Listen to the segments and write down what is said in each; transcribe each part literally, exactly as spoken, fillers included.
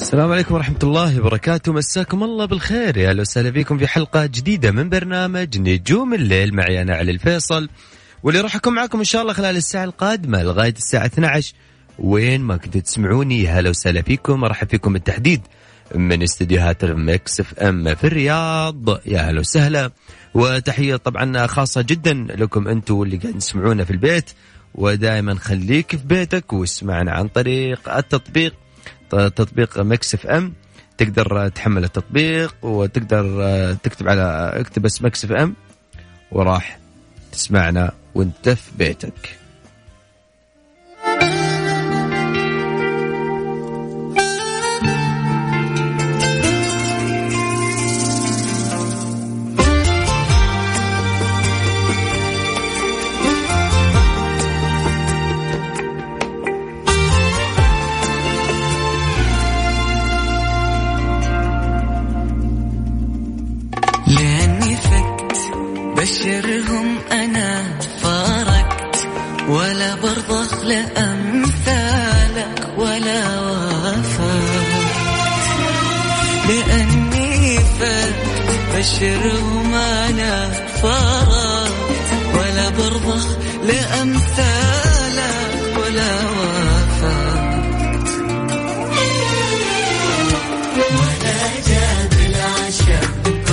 السلام عليكم ورحمة الله وبركاته. مساكم الله بالخير، يا أهلا وسهلا بكم في حلقة جديدة من برنامج نجوم الليل. معي أنا علي الفيصل، واللي راح أكون معكم إن شاء الله خلال الساعة القادمة لغاية الساعة اثنتي عشرة. وين ما كنتوا تسمعوني يا أهلا وسهلا فيكم، أرحب فيكم بالتحديد من استديوهات ميكس اف ام في الرياض. يا أهلا وسهلا، وتحية طبعا خاصة جدا لكم أنتم اللي قاعدين تسمعونا في البيت. ودائما خليك في بيتك واسمعنا عن طريق التطبيق، تطبيق ميكس اف ام. تقدر تحمل التطبيق وتقدر تكتب على اكتب اسم ميكس اف ام وراح تسمعنا وانت في بيتك. بشرهم أنا فارقت ولا برضخ لأمثالك ولا وافقت، لأني فات. بشرهم أنا فارقت ولا برضخ لأمثالك ولا وافقت، ولا جاب العشاء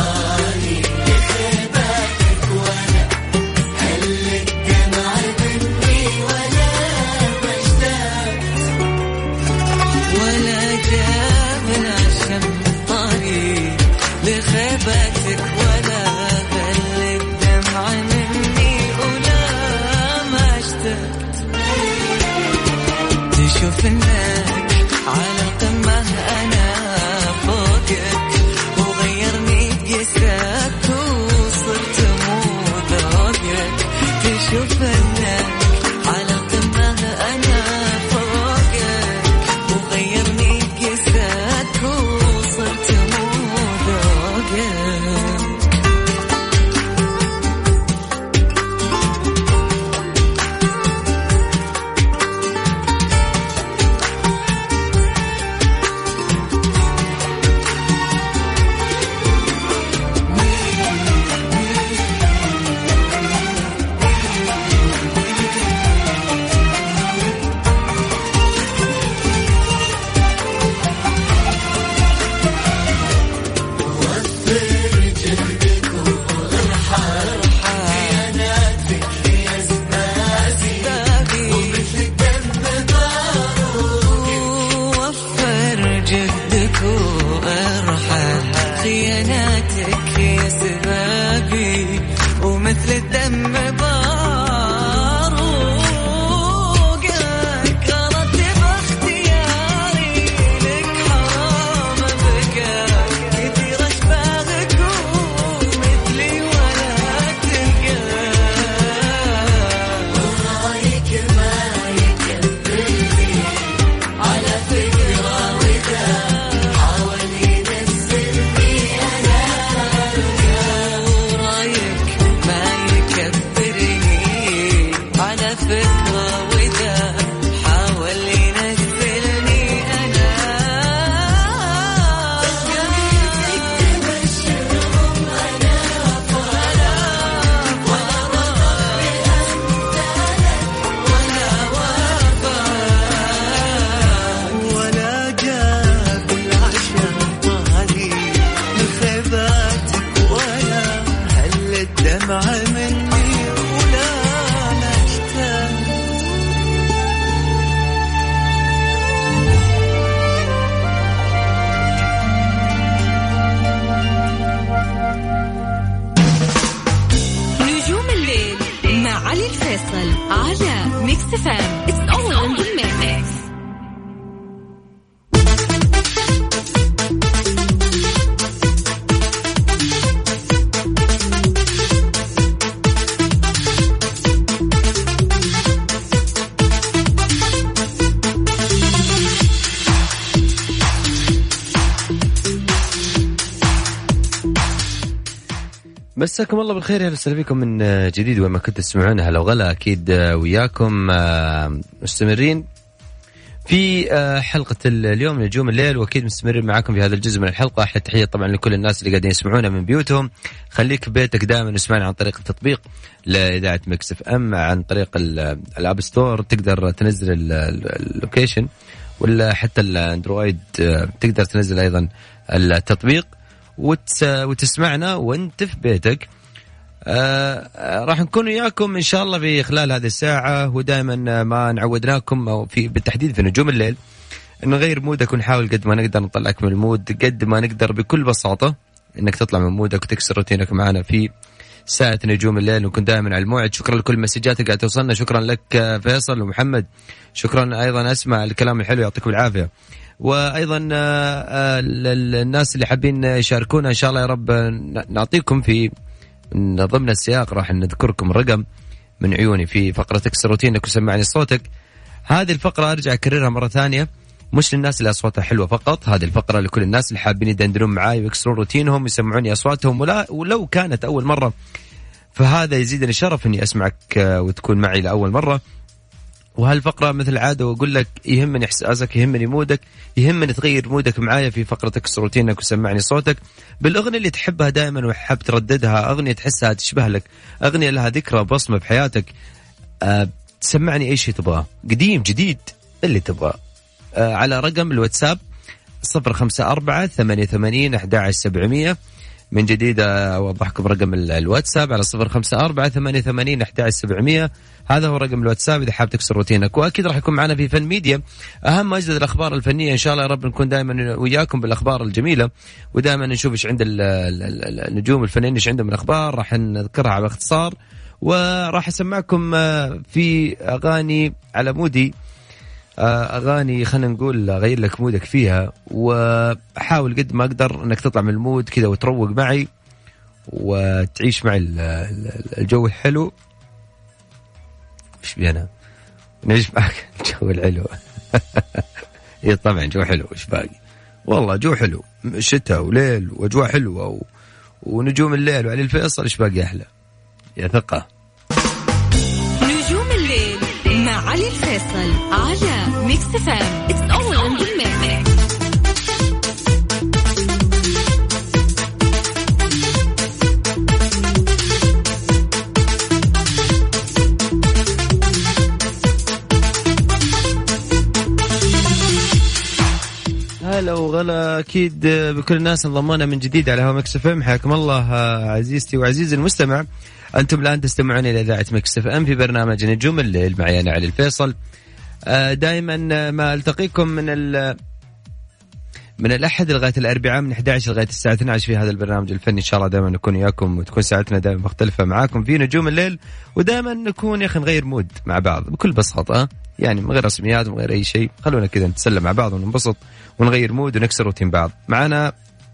لخيبتك ولا بل الدمع مني ولا ما اشتقت. تشوف انك على القمة انا فوقك، وغيرني قيسك وصرت مو ذوقك. تشوف انك على القمة انا فوقك، وغيرني قيسك وصرت مو مثل الدم باروقك. رتب اختياري لك حرام بكاك، كثير اشباهك ومثلي ولا تلقاك. ورايك ما يكبرني على فكرة وذا حاول ينزلني أنا. ورايك ما يكبرني على فكرة وإذا حاول ينزلني أنا. بشرهم أنا فارق ولا ضرب ولا وفاء، ولا جاب العشاء طالي لخيباتك ولا هل الدمع مني ولا نشتاق. نجوم الليل مع علي الفيصل على ميكس اف ام. It's all in the mix. مساكم الله بالخير، يا رسالة بكم من جديد وين ما كنت تسمعون. هلا وغلا، أكيد وياكم مستمرين في حلقة اليوم نجوم الليل، وأكيد مستمرين معاكم في هذا الجزء من الحلقة. أحلى تحية طبعا لكل الناس اللي قاعدين يسمعونا من بيوتهم. خليك ببيتك دائما اسمعنا عن طريق التطبيق لإذاعة ميكس اف ام عن طريق الاب ستور، تقدر تنزل اللوكيشن، ولا حتى الاندرويد تقدر تنزل أيضا التطبيق وتسمعنا وانت في بيتك. آه راح نكون وياكم إن شاء الله في خلال هذه الساعة، ودائما ما نعودناكم أو في بالتحديد في نجوم الليل نغير مودك ونحاول قد ما نقدر نطلعك من المود، قد ما نقدر بكل بساطة إنك تطلع من مودك وتكسر روتينك معنا في ساعة نجوم الليل، ونكون دائما على الموعد. شكرا لكل المسجات اللي قاعد توصلنا، شكرا لك فيصل ومحمد، شكرا أيضا أسمع الكلام الحلو، يعطيكم العافية. وأيضا الناس اللي حابين يشاركونا إن شاء الله يا رب نعطيكم في ضمن السياق، راح نذكركم الرقم من عيوني في فقرة اكسر روتينك وسمعني صوتك. هذه الفقرة أرجع أكررها مرة ثانية، مش للناس اللي أصواتها حلوة فقط، هذه الفقرة لكل الناس اللي حابين يدندنون معاي ويكسرون روتينهم ويسمعوني أصواتهم، ولا ولو كانت أول مرة فهذا يزيدني شرف إني أسمعك وتكون معي لأول مرة. وهالفقرة مثل عادة وأقول لك يهمني إحساسك، يهمني مودك، يهمني تغير مودك معايا في فقرة اكسر روتينك وسمعني صوتك بالأغنية اللي تحبها دائما وحب ترددها، أغنية تحسها تشبه لك، أغنية لها ذكرى بصمة بحياتك. أه تسمعني أي شيء تبغاه، قديم جديد اللي تبغاه، أه على رقم الواتساب صفر خمسة أربعة ثمانية ثمانين أحد عشر سبعمية. من جديد أوضحكم رقم الواتساب على صفر خمسة أربعة ثمانية ثمانين أحد عشر سبعمية، هذا هو رقم الواتساب إذا حاب تكسر روتينك. وأكيد راح يكون معنا في فن ميديا أهم أجدد الأخبار الفنية، إن شاء الله يا رب نكون دائما وياكم بالأخبار الجميلة، ودائما نشوف إيش عند النجوم الفنانين إيش عندهم من أخبار، راح نذكرها على اختصار، وراح أسمعكم في أغاني على مودي، أغاني خلنا نقول أغير لك مودك فيها، وأحاول قد ما أقدر أنك تطلع من المود كذا وتروق معي وتعيش معي الجو الحلو. إيش بينا نعيش معك الجو الحلو. إيه طبعا جو حلو، إيش باقي والله جو حلو، شتاء وليل وأجواء حلوة و... ونجوم الليل وعلي الفيصل، إيش باقي أحلى يا ثقة. نجوم الليل مع علي الفيصل على ميكس فام. It's all in the mix. هلا وغلا أكيد بكل الناس انضمونا من جديد على هوا ميكس اف ام. حياكم الله عزيزتي وعزيزي المستمع، أنتم الآن تستمعون إلى إذاعة ميكس اف ام في برنامج نجوم الليل معي أنا علي الفيصل. دائما ما ألتقيكم من ال من الأحد لغاية الأربعاء من أحد عشر لغاية الساعة اثنتي عشرة في هذا البرنامج الفني. إن شاء الله دائما نكون وياكم وتكون ساعتنا دائما مختلفة معاكم في نجوم الليل، ودائما نكون يا أخي نغير مود مع بعض بكل بساطة، يعني من غير رسميات ومن غير أي شيء، خلونا كذا نتسلم مع بعض وننبسط ونغير مود ونكسر روتين بعض. معنا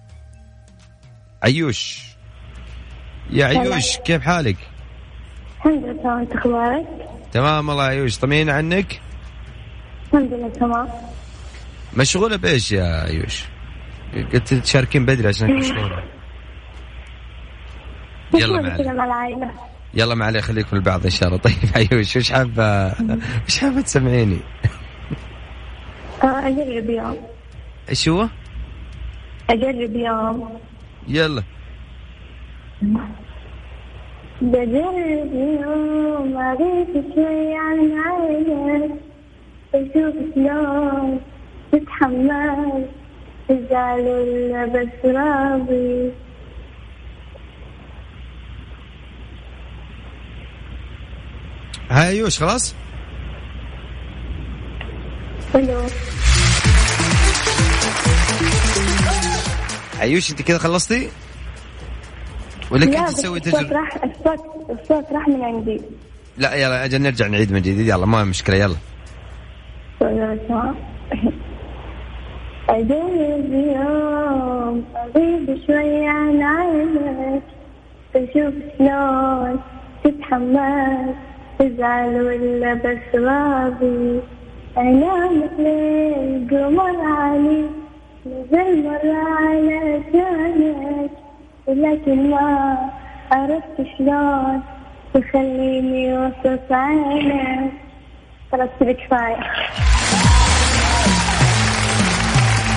عيوش. يا عيوش كيف حالك؟ الحمد لله تمام، انت اخبارك؟ تمام والله عيوش، طمنين عنك. الحمد لله تمام. مشغولة بإيش يا عيوش؟ قلت تشاركين بدري عشان مشغولة. يلا معلي مع العائلة. يلا معلي خليكم البعض إن شاء الله. طيب عيوش وش حابة وش حابة تسمعيني؟ أجرب يوم. إيش هو؟ أجرب يوم. يلا. بجرب يوم أغيب شوي عن عينك، أشوف شلون تتحمل تزعل ولا بس راضي. هاي عيوش خلاص؟ ألو عيوش أنت كذا خلصتي؟ ولا كنت تسوي تجربة؟ الصوت راح الصوت الصوت راح من عندي. لا يلا أجل نرجع نعيد من جديد، يلا ما مشكلة يلا. أجرب يوم أغيب شوي عن عينك، أشوف شلون تتحمل تزعل ولا بس راضي. أنام الليل قمر علي نزل مرة على جانك، ولكن ما عرفت شلون تخليني وسط عينك. خلاص كفاية.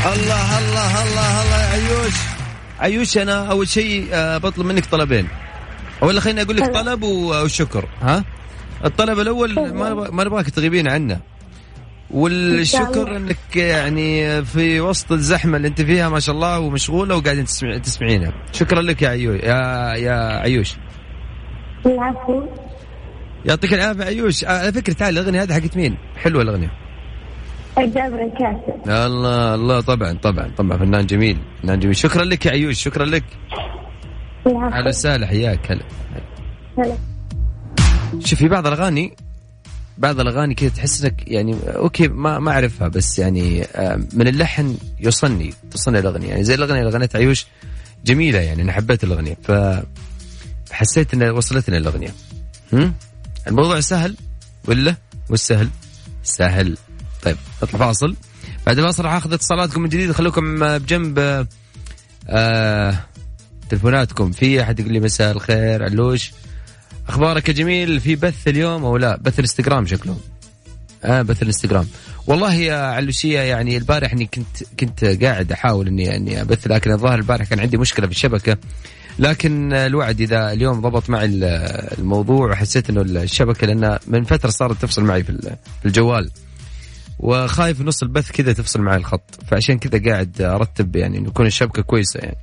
الله الله الله الله يا عيوش. عيوش أنا أول شيء بطلب منك طلبين، ولا خليني أقول لك طلب وشكر. ها الطلب الأول ما ما نبغاك تغيبين عنا، والشكر انك يعني في وسط الزحمه اللي انت فيها ما شاء الله ومشغوله وقاعدين تسمع تسمعينها. شكرا لك يا عيوش يا يا عيوش. العفو. يعطيك العافيه عيوش. على فكره تعال الاغنيه هذه حقت مين؟ حلوه الاغنيه. جابر كاسر. الله الله طبعا طبعا طبعا فنان جميل فنان جميل. شكرا لك يا عيوش شكرا لك. العفو. اهلا وسهلا حياك. هلا هلا. شوفي بعض الاغاني بعض الأغاني كده تحس إنك يعني أوكي ما ما أعرفها، بس يعني من اللحن يوصلني توصلني الأغنية. يعني زي الأغنية اللي غنت عيوش جميلة، يعني أنا حبيت الأغنية فحسيت إن وصلتني الأغنية. هم؟ الموضوع سهل ولا والسهل سهل. طيب نطلع فاصل، بعد الفاصل راح أخذ اتصالاتكم من جديد. خلوكم بجنب آه تلفوناتكم. في أحد يقول لي مساء الخير علوش، أخبارك يا جميل؟ في بث اليوم أو لا؟ بث الانستغرام شكله. آه بث الانستغرام. والله يا علوشية يعني البارح إني كنت كنت قاعد أحاول إني إني أبث، لكن الظاهر البارح كان عندي مشكلة في الشبكة. لكن الوعد إذا اليوم ضبط معي الموضوع، وحسيت إنه الشبكة لأن من فترة صارت تفصل معي في الجوال، وخايف نص البث كذا تفصل معي الخط، فعشان كذا قاعد أرتب يعني إنه يكون الشبكة كويسة يعني.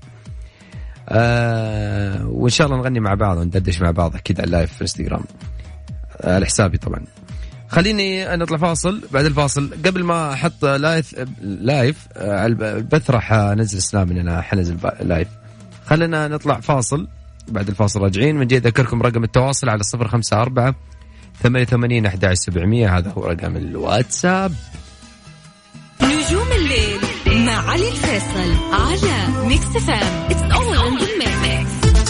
آه وإن شاء الله نغني مع بعض وندردش مع بعض أكيد على اللايف في انستغرام آه على حسابي طبعا. خليني نطلع فاصل، بعد الفاصل قبل ما أحط لايف لايف آه البث راح أنزل سلام إن أنا حنزل لايف. خلينا نطلع فاصل، بعد الفاصل راجعين. من جديد أذكركم رقم التواصل على صفر خمسة أربعة ثمانية ثمانين أحد عشر سبعمية، هذا هو رقم الواتساب. نجوم الليل مع علي الفيصل على ميكس فام. It's all in the mix.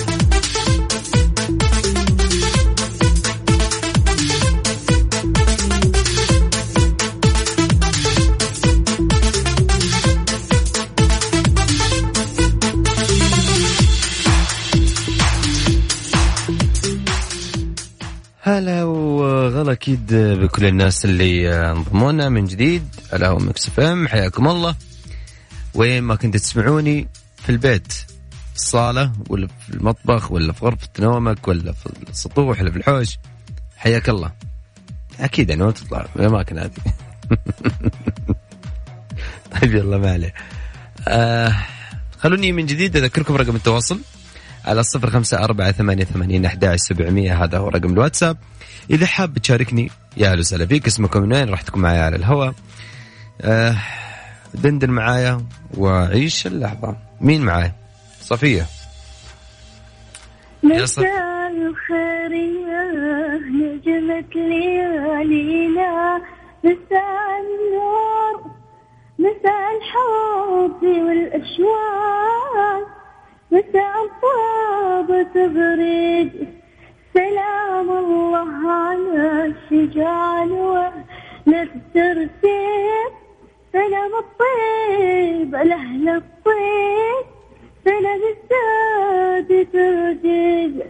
هلا وغلا أكيد بكل الناس اللي انضمونا من جديد على هو ميكس فام. حياكم الله وين ما كنت تسمعوني، في البيت، في الصالة ولا في المطبخ ولا في غرفة نومك ولا في السطوح ولا في الحوش، حياك الله. أكيد أنا ما تطلع من الأماكن هذه. طيب يلا ما عليه. آه خلوني من جديد أذكركم رقم التواصل على صفر خمسة أربعة ثمانية ثمانين أحد عشر سبعمية، هذا هو رقم الواتساب. إذا حاب تشاركني يا أهلا وسهلا فيك، اسمكم من وين، راح تكون معايا على الهواء. آه دندن معايا وعيش اللحظة. مين معايا؟ صفية. مساء الخير يا نجمة ليالينا، مساء النور، مساء الحب والأشواق، مساء الطاب تبرد، سلام الله على الشجاع ونفس الرسيب، سلام الطيب الأهل الطيب، سلام الساد تردد.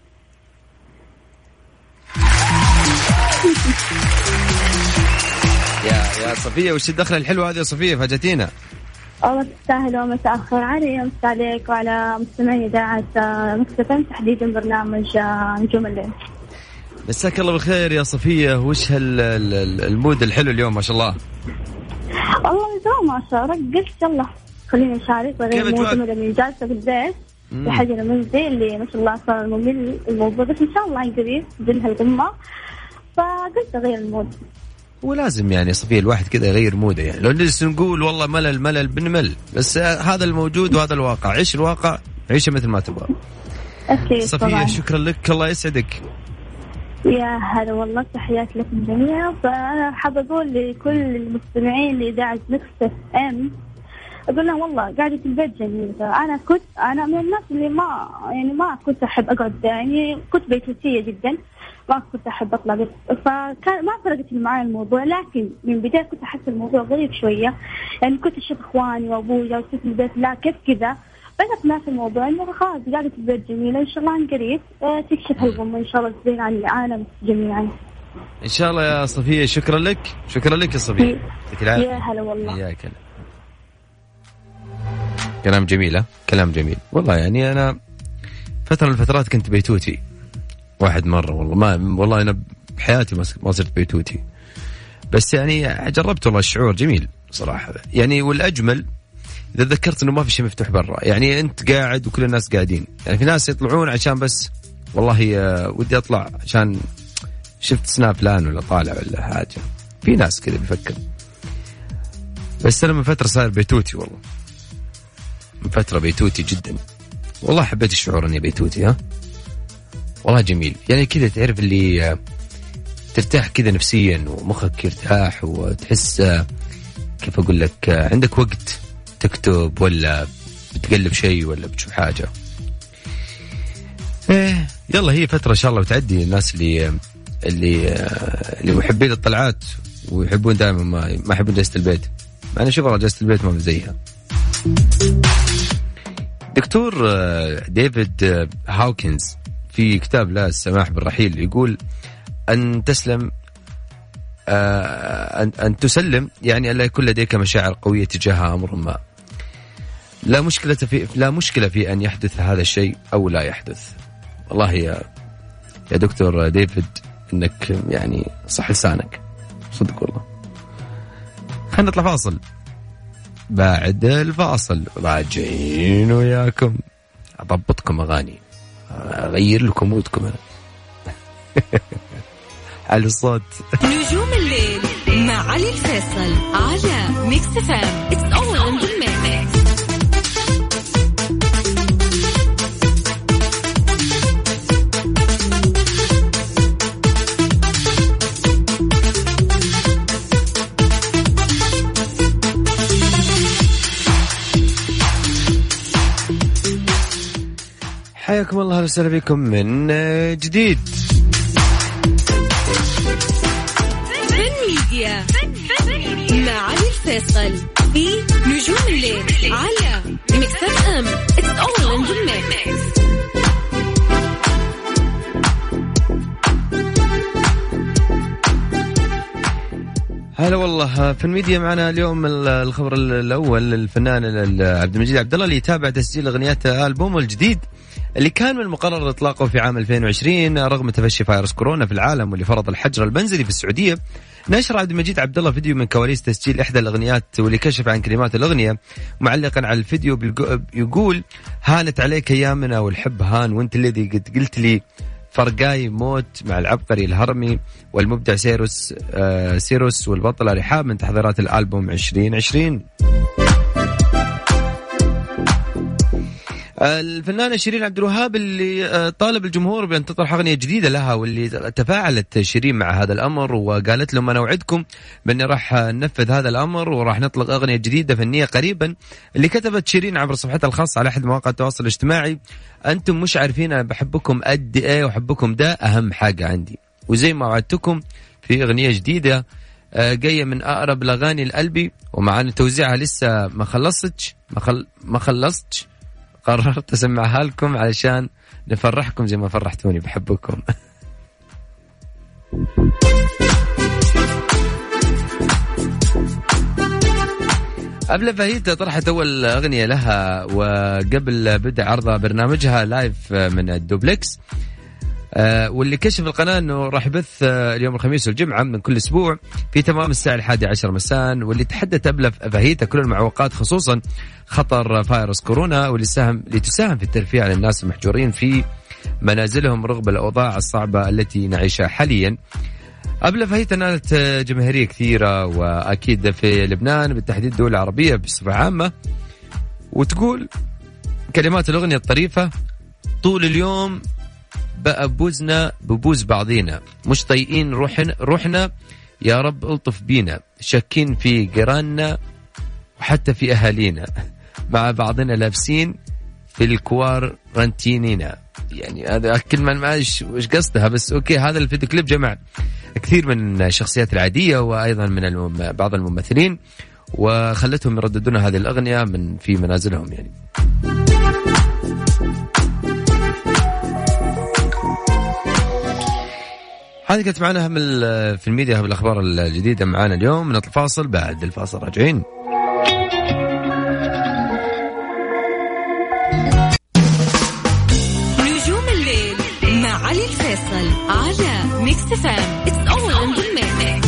يا يا صفية وش الدخلة الحلوة هذه يا صفية؟ فاجأتينا. الله تستاهل. ومساء الخير علي، مساء عليك وعلى مستمعي إذاعة ميكس فام، تحديدا برنامج نجوم الليل. مساك الله بالخير يا صفية. وش هالمود الحلو اليوم ما شاء الله؟ الله يسلمك ما شاء الله. قلت يلا خليني أشارك وغير الموضوع اللي جالسة في البيت لحاجة المنزل اللي ما شاء الله صار ممل الموضوع، بس إن شاء الله قريب تجيلها القمة، فقلت أغير المود. ولازم يعني صفية الواحد كذا يغير موده، يعني لو نجلس نقول والله ملل ملل بنمل، بس هذا الموجود وهذا الواقع. عيش الواقع، عيشه مثل ما تبغى. أكيد صفية طبعا. شكرا لك، الله يسعدك. يا هلا والله، تحياتي لكم جميعا. فأنا حابة أقول لكل المستمعين لإذاعة ميكس إم، أقول لهم والله قاعدة البيت جميلة. أنا كنت أنا من الناس اللي ما يعني ما كنت أحب أقعد، يعني كنت بيتوتية جدا، ما كنت أحب أطلع بس، فكان ما فرقت معي الموضوع. لكن من بداية كنت أحس الموضوع غريب شوية، يعني كنت أشوف إخواني وأبويا وست البيت، لا كيف كذا بدأت ناس الموضوع إنه خلاص قاعدة البيت جميلة، إن شاء الله عن قريب تكشف هالغمة إن شاء الله تزين عن العالم جميعا إن شاء الله يا صفية. شكرا لك، شكرا لك يا صفية. يا هلا والله. ياك هلا. كلام جميل، كلام جميل والله. يعني أنا فترة من الفترات كنت بيتوتي واحد مرة والله، ما والله أنا بحياتي ما صرت بيتوتي، بس يعني جربت والله الشعور جميل صراحة يعني. والأجمل إذا ذكرت إنه ما في شيء مفتوح برا، يعني أنت قاعد وكل الناس قاعدين، يعني في ناس يطلعون عشان بس والله ودي أطلع عشان شفت سناب فلان ولا طالع ولا حاجة، في ناس كذا بيفكر. بس أنا من فترة صار بيتوتي والله، من فترة بيتوتي جدا والله. حبيت الشعور إني بيتوتي، ها والله جميل يعني كذا، تعرف اللي ترتاح كذا نفسيا ومخك يرتاح، وتحس كيف أقول لك عندك وقت تكتب ولا بتقلب شيء ولا بتشوف حاجة. إيه يلا هي فترة إن شاء الله وتعدي. الناس اللي اللي اللي محبين الطلعات ويحبون دائما ما ما يحبون جلسة البيت، أنا شوف والله جلسة البيت ما زيها. دكتور ديفيد هاوكنز في كتاب لا السماح بالرحيل يقول أن تسلم أن أن تسلم يعني ألا يكون لديك مشاعر قوية تجاه أمر ما. لا مشكلة في لا مشكلة في أن يحدث هذا الشيء أو لا يحدث. والله يا يا دكتور ديفيد إنك يعني صح لسانك صدق والله. خلينا نطلع فاصل، بعد الفاصل راجعين وياكم أضبطكم أغاني أغير لكم مودكم أنا. على الصوت نجوم الليل مع علي الفيصل على ميكس فام. It's all in the mix. حياكم الله وسهلا بكم من جديد. ميديا مع علي الفيصل في نجوم الليل على ميكس اف ام. It's all in the mix. هلا والله. في الميديا معنا اليوم الخبر الأول، الفنان عبد المجيد عبد الله اللي يتابع تسجيل أغنيته ألبومه الجديد اللي كان من المقرر إطلاقه في عام ألفين وعشرين رغم تفشي فيروس كورونا في العالم واللي فرض الحجر المنزلي في السعودية. نشر عبد المجيد عبد الله فيديو من كواليس تسجيل إحدى الأغنيات واللي كشف عن كلمات الأغنية، معلقا على الفيديو يقول: هانت عليك أيامنا والحب هان، وانت الذي قد قلت لي فرقاي موت، مع العبقري الهرمي والمبدع سيروس آه سيروس والبطلة رحاب من تحضيرات الألبوم عشرين عشرين. الفنانة شيرين عبد الوهاب اللي طالب الجمهور بأن تطرح أغنية جديدة لها، واللي تفاعلت شيرين مع هذا الأمر وقالت لهم: أنا أوعدكم بأني راح ننفذ هذا الأمر وراح نطلق أغنية جديدة فنية قريبا. اللي كتبت شيرين عبر صفحتها الخاصة على أحد مواقع التواصل الاجتماعي: أنتم مش عارفين أنا بحبكم قد إيه، وحبكم ده أهم حاجة عندي، وزي ما وعدتكم في أغنية جديدة جاية من أقرب الأغاني لقلبي، ومع توزيعها لسه ما خلصتش ما, خل... ما خلصتش قررت أسمعها لكم علشان نفرحكم زي ما فرحتوني، بحبكم. قبل فهيدة طرحت أول أغنية لها وقبل بدء عرض برنامجها لايف من الدوبلكس، آه واللي كشف القناة أنه راح يبث آه اليوم الخميس والجمعة من كل أسبوع في تمام الساعة الحادية عشر مساء، واللي تحدث قبل فهيدة كل المعوقات خصوصا خطر فيروس كورونا واللي ساهم لتساهم في الترفيه عن الناس المحجورين في منازلهم رغم الأوضاع الصعبة التي نعيشها حاليا. قبل فهيدة نالت جماهيرية كثيرة وأكيد في لبنان بالتحديد الدول العربية بصفة عامة، وتقول كلمات الأغنية الطريفة: طول اليوم بقى بوزنا ببوز بعضينا، مش طايقين روحنا, روحنا يا رب الطف بينا، شاكين في جيراننا وحتى في أهالينا، مع بعضنا لابسين في الكوارنتينينا. يعني هذا كلمة ما إيش وش قصدها، بس أوكي. هذا الفيديو كليب جمع كثير من الشخصيات العادية وأيضا من الم... بعض الممثلين، وخلتهم يرددون هذه الأغنية من في منازلهم. يعني هذه كانت معنا هم في الميديا، هم الأخبار الجديدة معنا اليوم. من الفاصل، بعد الفاصل راجعين. ميكس اف ام. It's all in the mix.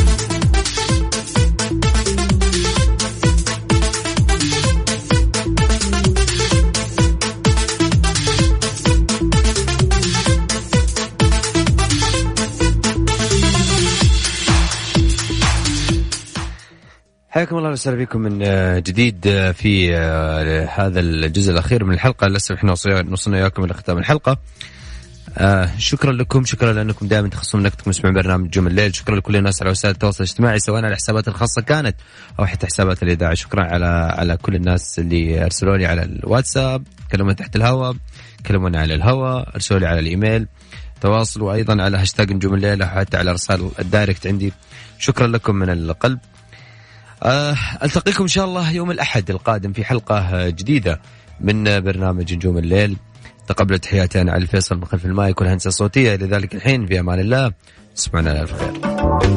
حياكم الله وسهلا بكم من جديد في هذا الجزء الأخير من الحلقة. لسه احنا وصلنا إياكم إلى ختام الحلقة. آه شكرا لكم، شكرا لأنكم دائما تخصصون وقتكم تسمعون برنامج نجوم الليل. شكرا لكل الناس على وسائل التواصل الاجتماعي سواء على الحسابات الخاصة كانت أو حتى حسابات الإذاعة. شكرا على على كل الناس اللي أرسلوا لي على الواتساب، كلموني تحت الهواء، كلموني على الهواء، أرسلوا لي على الإيميل، تواصلوا أيضا على هاشتاج نجوم الليل أو حتى على رسائل الدايركت عندي. شكرا لكم من القلب. ألتقيكم إن شاء الله يوم الأحد القادم في حلقة جديدة من برنامج نجوم الليل. تقبل تحياتي أنا علي الفيصل من خلف المايك والهندسة الصوتية. لذلك الحين في أمان الله، اسمعنا على الخير.